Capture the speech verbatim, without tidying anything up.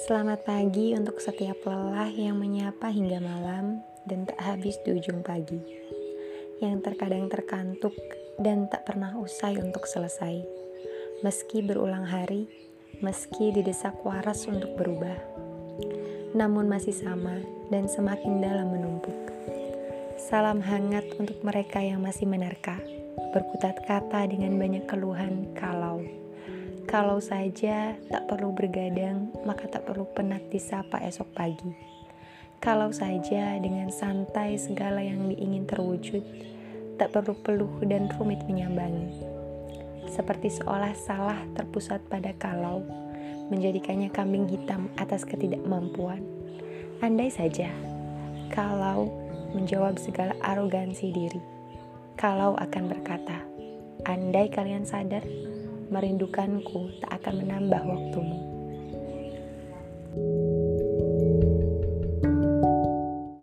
Selamat pagi untuk setiap lelah yang menyapa hingga malam dan tak habis di ujung pagi. Yang terkadang terkantuk dan tak pernah usai untuk selesai. Meski berulang hari, meski didesak waras untuk berubah. Namun masih sama dan semakin dalam menumpuk. Salam hangat untuk mereka yang masih menerka, berkutat kata dengan banyak keluhan kalau. Kalau saja tak perlu bergadang, maka tak perlu penat disapa esok pagi. Kalau saja dengan santai segala yang diingin terwujud, tak perlu peluh dan rumit menyambangi. Seperti seolah salah terpusat pada kalau, menjadikannya kambing hitam atas ketidakmampuan. Andai saja, kalau menjawab segala arogansi diri. Kalau akan berkata, andai kalian sadar, merindukanku tak akan menambah waktumu.